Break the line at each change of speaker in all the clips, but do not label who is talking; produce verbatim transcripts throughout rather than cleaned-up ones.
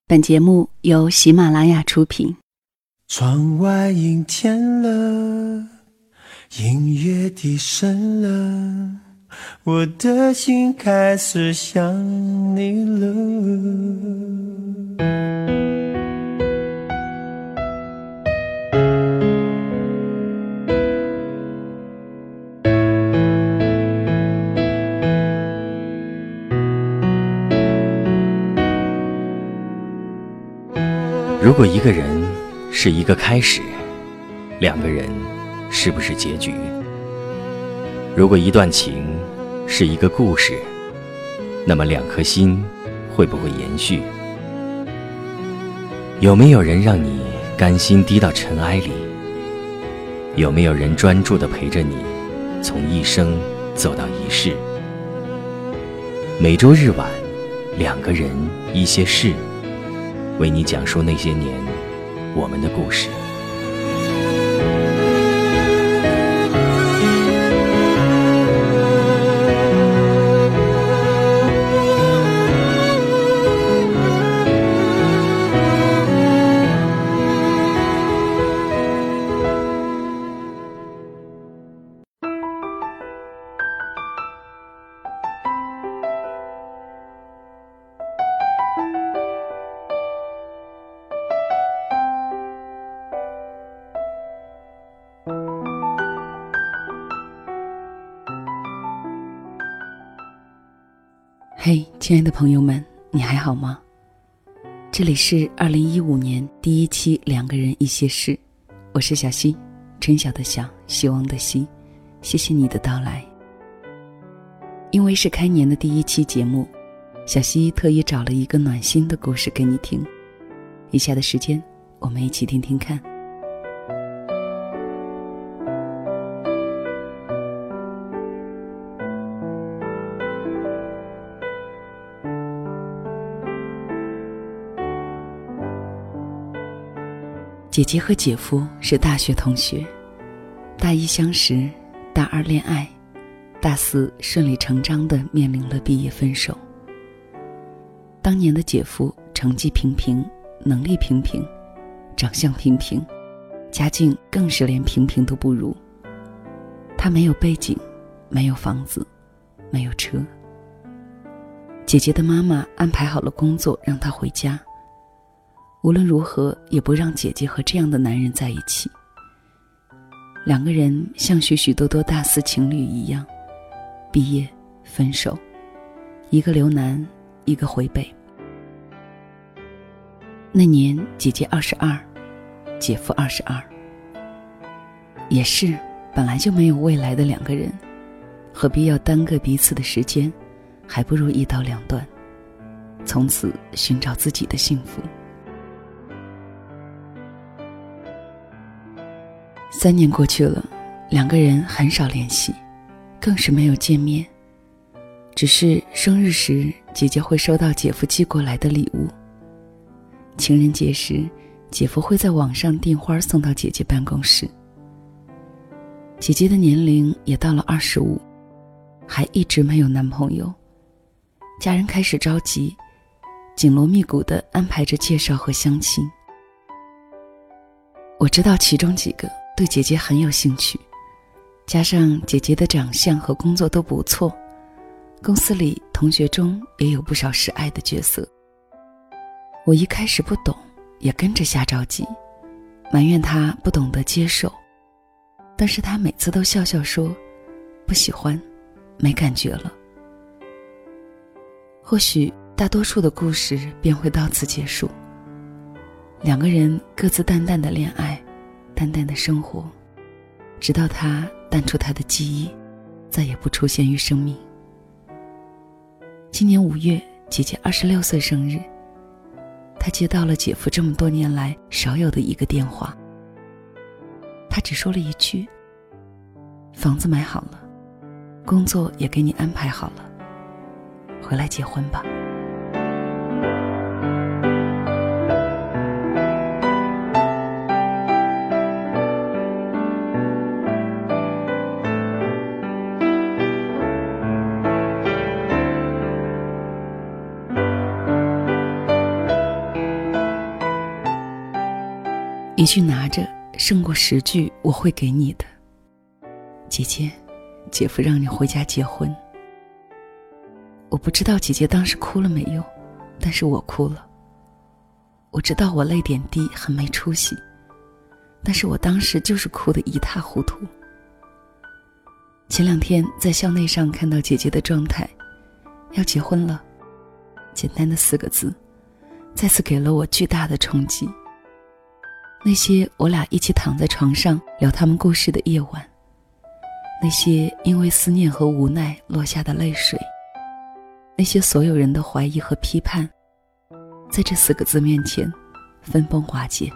本节目由喜马拉雅出品。
窗外阴天了，音乐低声了，我的心开始想你了。
如果一个人是一个开始，两个人是不是结局？如果一段情是一个故事，那么两颗心会不会延续？有没有人让你甘心低到尘埃里？有没有人专注地陪着你，从一生走到一世？每周日晚，两个人一些事，为你讲述那些年我们的故事。
嘿，亲爱的朋友们，你还好吗？这里是二零一五年第一期两个人一些事，我是小溪，春晓的晓，希望的希，谢谢你的到来。因为是开年的第一期节目，小溪特意找了一个暖心的故事给你听。以下的时间，我们一起听听看。姐姐和姐夫是大学同学，大一相识，大二恋爱，大四顺理成章地面临了毕业分手。当年的姐夫成绩平平，能力平平，长相平平，家境更是连平平都不如。他没有背景，没有房子，没有车。姐姐的妈妈安排好了工作让她回家，无论如何也不让姐姐和这样的男人在一起。两个人像许许多多大四情侣一样，毕业分手，一个留南，一个回北。那年姐姐二十二，姐夫二十二。也是，本来就没有未来的两个人，何必要耽搁彼此的时间，还不如一刀两断，从此寻找自己的幸福。三年过去了，两个人很少联系，更是没有见面。只是生日时，姐姐会收到姐夫寄过来的礼物；情人节时，姐夫会在网上订花送到姐姐办公室。姐姐的年龄也到了二十五，还一直没有男朋友。家人开始着急，紧锣密鼓地安排着介绍和相亲。我知道其中几个对姐姐很有兴趣，加上姐姐的长相和工作都不错，公司里同学中也有不少示爱的角色。我一开始不懂，也跟着瞎着急，埋怨她不懂得接受，但是她每次都笑笑说不喜欢，没感觉了。或许大多数的故事便会到此结束，两个人各自淡淡的恋爱，淡淡的生活，直到他淡出他的记忆，再也不出现于生命。今年五月，姐姐二十六岁生日，她接到了姐夫这么多年来少有的一个电话。他只说了一句：房子买好了，工作也给你安排好了，回来结婚吧。 一句拿着胜过十句我会给你的。姐姐，姐夫让你回家结婚。我不知道姐姐当时哭了没有，但是我哭了。我知道我泪点低，很没出息，但是我当时就是哭得一塌糊涂。前两天在校内上看到姐姐的状态，要结婚了，简单的四个字，再次给了我巨大的冲击。那些我俩一起躺在床上聊他们故事的夜晚，那些因为思念和无奈落下的泪水，那些所有人的怀疑和批判，在这四个字面前分崩瓦解。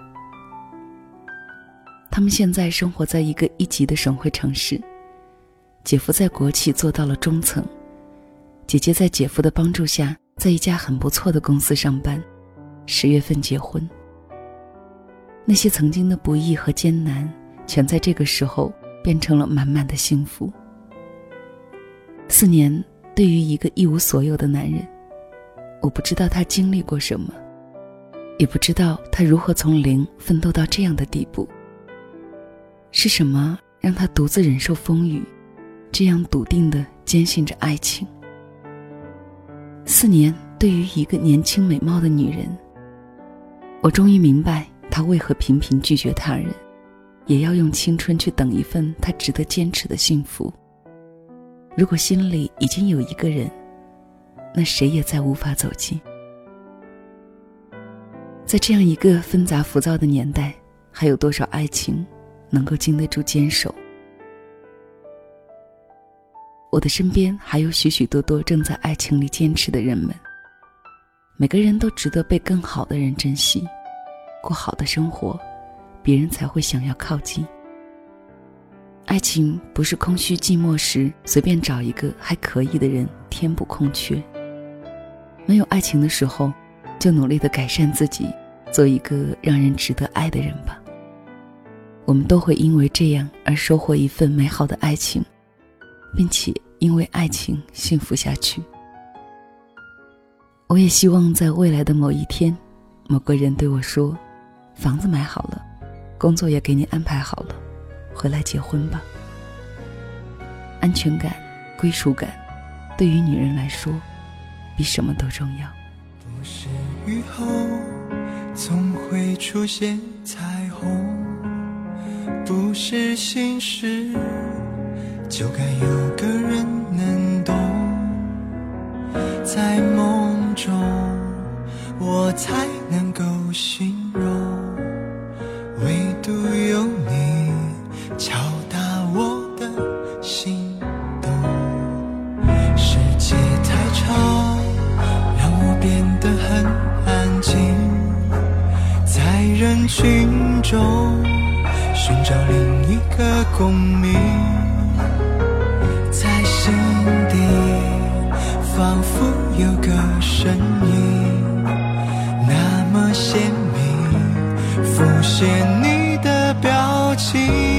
他们现在生活在一个一级的省会城市，姐夫在国企做到了中层，姐姐在姐夫的帮助下在一家很不错的公司上班，十月份结婚。那些曾经的不易和艰难，全在这个时候变成了满满的幸福。四年对于一个一无所有的男人，我不知道他经历过什么，也不知道他如何从零奋斗到这样的地步。是什么让他独自忍受风雨，这样笃定地坚信着爱情？四年对于一个年轻美貌的女人，我终于明白她为何频频拒绝他人，也要用青春去等一份她值得坚持的幸福。如果心里已经有一个人，那谁也再无法走近。在这样一个纷杂浮躁的年代，还有多少爱情能够经得住坚守？我的身边还有许许多多正在爱情里坚持的人们，每个人都值得被更好的人珍惜，过好的生活，别人才会想要靠近。爱情不是空虚寂寞时随便找一个还可以的人填补空缺，没有爱情的时候，就努力地改善自己，做一个让人值得爱的人吧。我们都会因为这样而收获一份美好的爱情，并且因为爱情幸福下去。我也希望在未来的某一天，某个人对我说，房子买好了，工作也给你安排好了，回来结婚吧。安全感、归属感，对于女人来说，比什么都重要。
不是雨后总会出现彩虹，不是心事就该有个人能懂，在梦中我才能够形容，唯独有你敲打我的心动。世界太吵，让我变得很安静，在人群中寻找另一个共鸣，在心底仿佛有个声音，那么鲜明，浮现你的表情。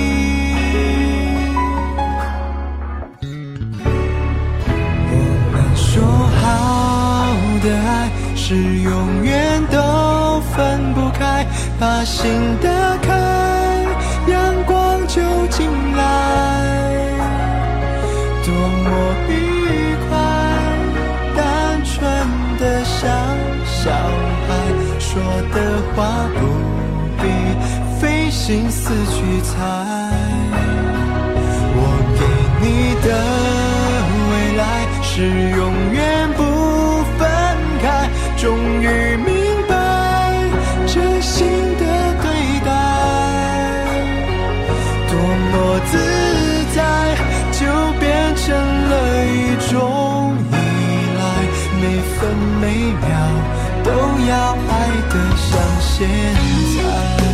我们说好的爱是永远都分不开，把心打开，阳光就进来，多么愉快，单纯的像小孩，说的话不必费心思去猜。我给你的未来是永远不分开，终于明白真心的对待，多么自在，就变成了一种依赖，每分每秒都要爱得像现在。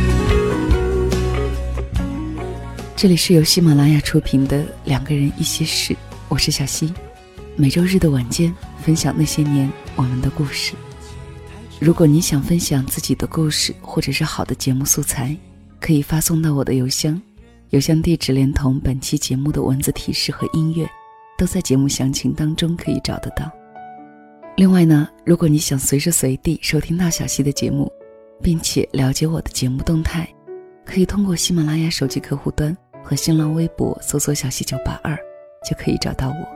这里是由喜马拉雅出品的两个人一些事，我是小溪，每周日的晚间分享那些年我们的故事。如果你想分享自己的故事或者是好的节目素材，可以发送到我的邮箱，邮箱地址连同本期节目的文字提示和音乐都在节目详情当中可以找得到。另外呢，如果你想随时随地收听到小溪的节目， 并且了解我的节目动态，可以通过喜马拉雅手机客户端和新浪微博搜索小溪九八二就可以找到我。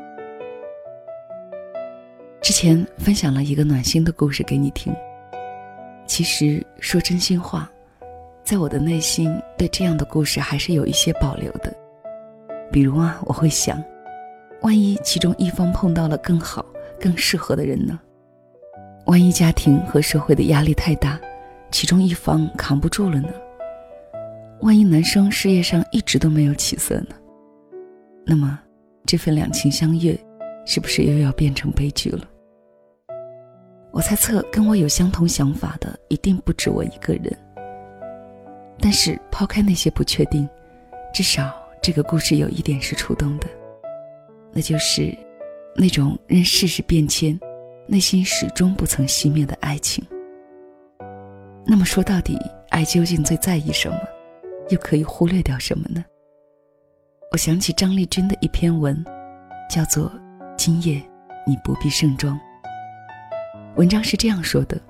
之前分享了一个暖心的故事给你听，其实说真心话，在我的内心对这样的故事还是有一些保留的。比如啊，我会想，万一其中一方碰到了更好更适合的人呢？万一家庭和社会的压力太大，其中一方扛不住了呢？万一男生事业上一直都没有起色呢？那么这份两情相悦是不是又要变成悲剧了？我猜测跟我有相同想法的一定不止我一个人。但是抛开那些不确定，至少这个故事有一点是触动的，那就是那种任世事变迁，内心始终不曾熄灭的爱情。那么说到底，爱究竟最在意什么，又可以忽略掉什么呢？我想起张丽君的一篇文，叫做《今夜你不必盛装》。文章是这样说的：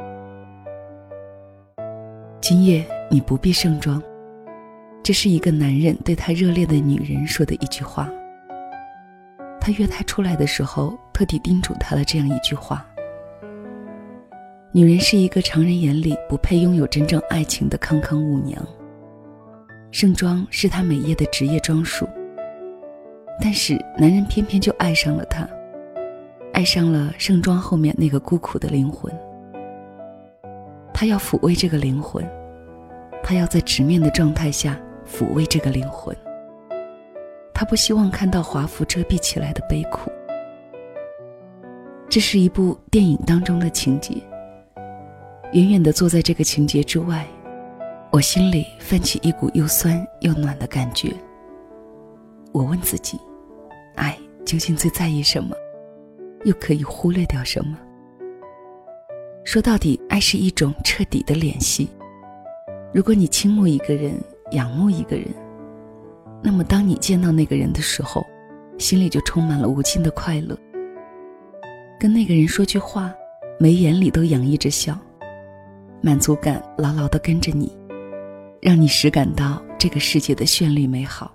今夜你不必盛装，这是一个男人对他热烈的女人说的一句话。他约她出来的时候，特地叮嘱她了这样一句话：女人是一个常人眼里不配拥有真正爱情的康康舞娘，盛装是她每夜的职业装束，但是男人偏偏就爱上了她，爱上了盛装后面那个孤苦的灵魂。他要抚慰这个灵魂，他要在直面的状态下抚慰这个灵魂。他不希望看到华服遮蔽起来的悲苦。这是一部电影当中的情节，远远地坐在这个情节之外，我心里泛起一股又酸又暖的感觉。我问自己，爱究竟最在意什么，又可以忽略掉什么？说到底，爱是一种彻底的联系。如果你倾慕一个人，仰慕一个人，那么当你见到那个人的时候，心里就充满了无尽的快乐。跟那个人说句话，眉眼里都洋溢着笑，满足感牢牢地跟着你，让你实感到这个世界的绚丽美好。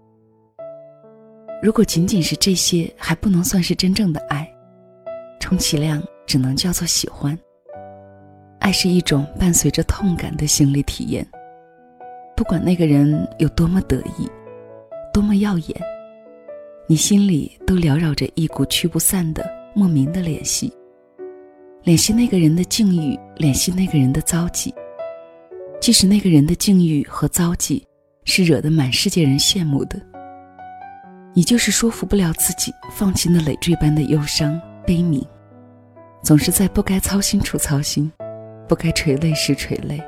如果仅仅是这些，还不能算是真正的爱，充其量只能叫做喜欢。爱是一种伴随着痛感的心理体验，不管那个人有多么得意，多么耀眼，你心里都缭绕着一股驱不散的莫名的联系，联系那个人的境遇，联系那个人的遭际。即使那个人的境遇和遭际是惹得满世界人羡慕的，你就是说服不了自己放弃那累赘般的忧伤悲悯，总是在不该操心处操心，不该垂泪时垂泪。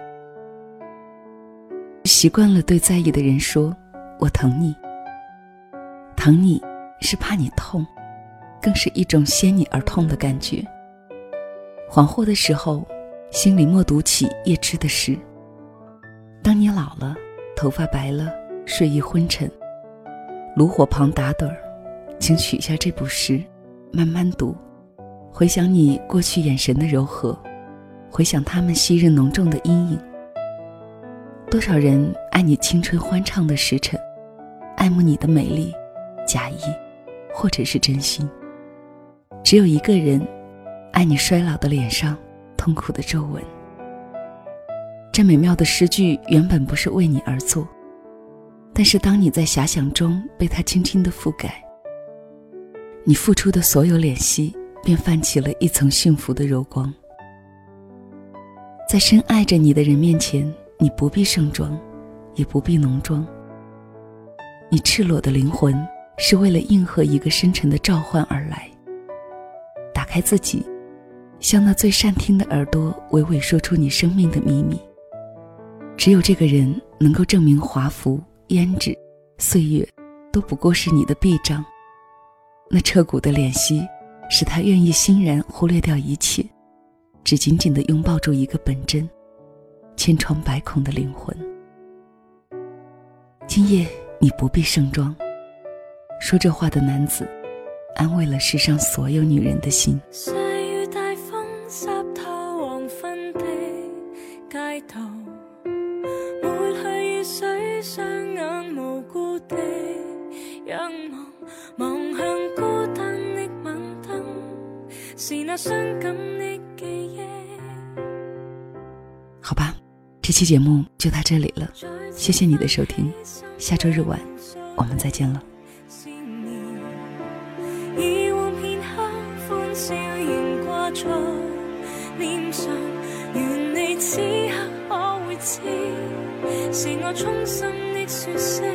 习惯了对在意的人说我疼你，疼你是怕你痛，更是一种先你而痛的感觉。恍惚的时候，心里默读起叶芝的诗：当你老了，头发白了，睡意昏沉，炉火旁打盹儿，请取下这部诗，慢慢读，回想你过去眼神的柔和，回想他们昔日浓重的阴影。多少人爱你青春欢畅的时辰，爱慕你的美丽，假意或者是真心。只有一个人爱你衰老的脸上痛苦的皱纹。这美妙的诗句原本不是为你而作，但是当你在遐想中被它轻轻地覆盖，你付出的所有怜惜便泛起了一层幸福的柔光。在深爱着你的人面前，你不必盛装，也不必浓妆。你赤裸的灵魂是为了应和一个深沉的召唤而来。打开自己，向那最善听的耳朵娓娓说出你生命的秘密。只有这个人能够证明华服、胭脂、岁月都不过是你的臂章。那彻骨的怜惜使他愿意欣然忽略掉一切，只紧紧地拥抱住一个本真千疮百孔的灵魂。今夜你不必盛装。说这话的男子安慰了世上所有女人的心。
細雨大風濕透黃昏的街头，抹去雨水，雙眼無辜地仰望，望向孤單的晚燈，是那傷感的記憶。
好吧，这期节目就到这里了，谢謝你的收聽，下周日晚我們再見了。
以往片刻歡笑仍掛在臉上，願你此刻可會知，是我衷心的說聲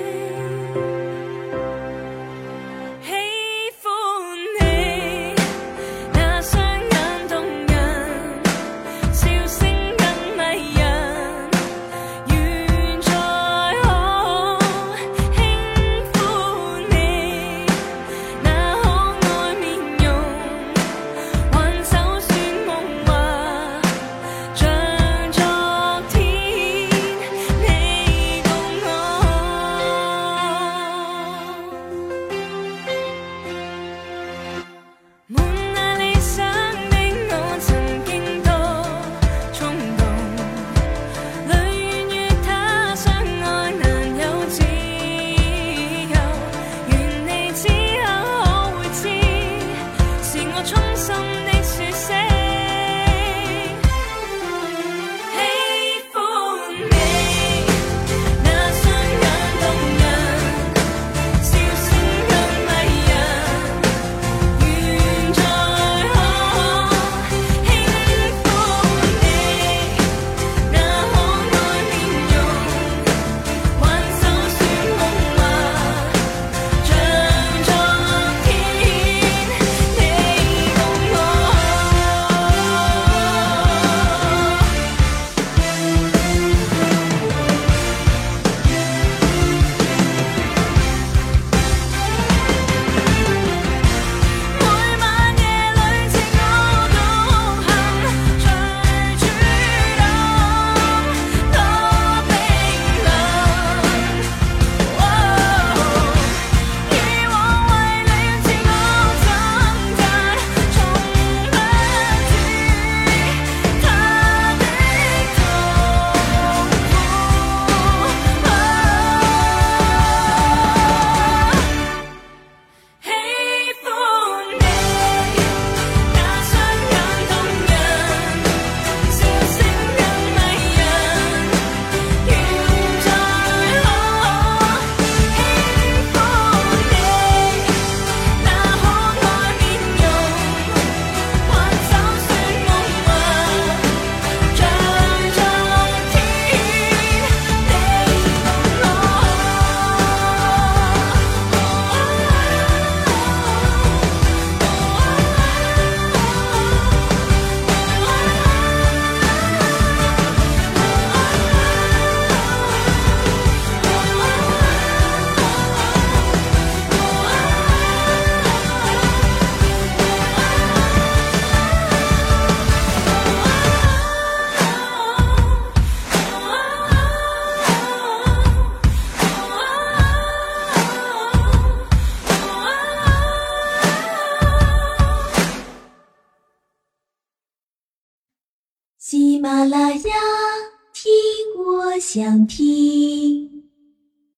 喜马拉雅，听我想听。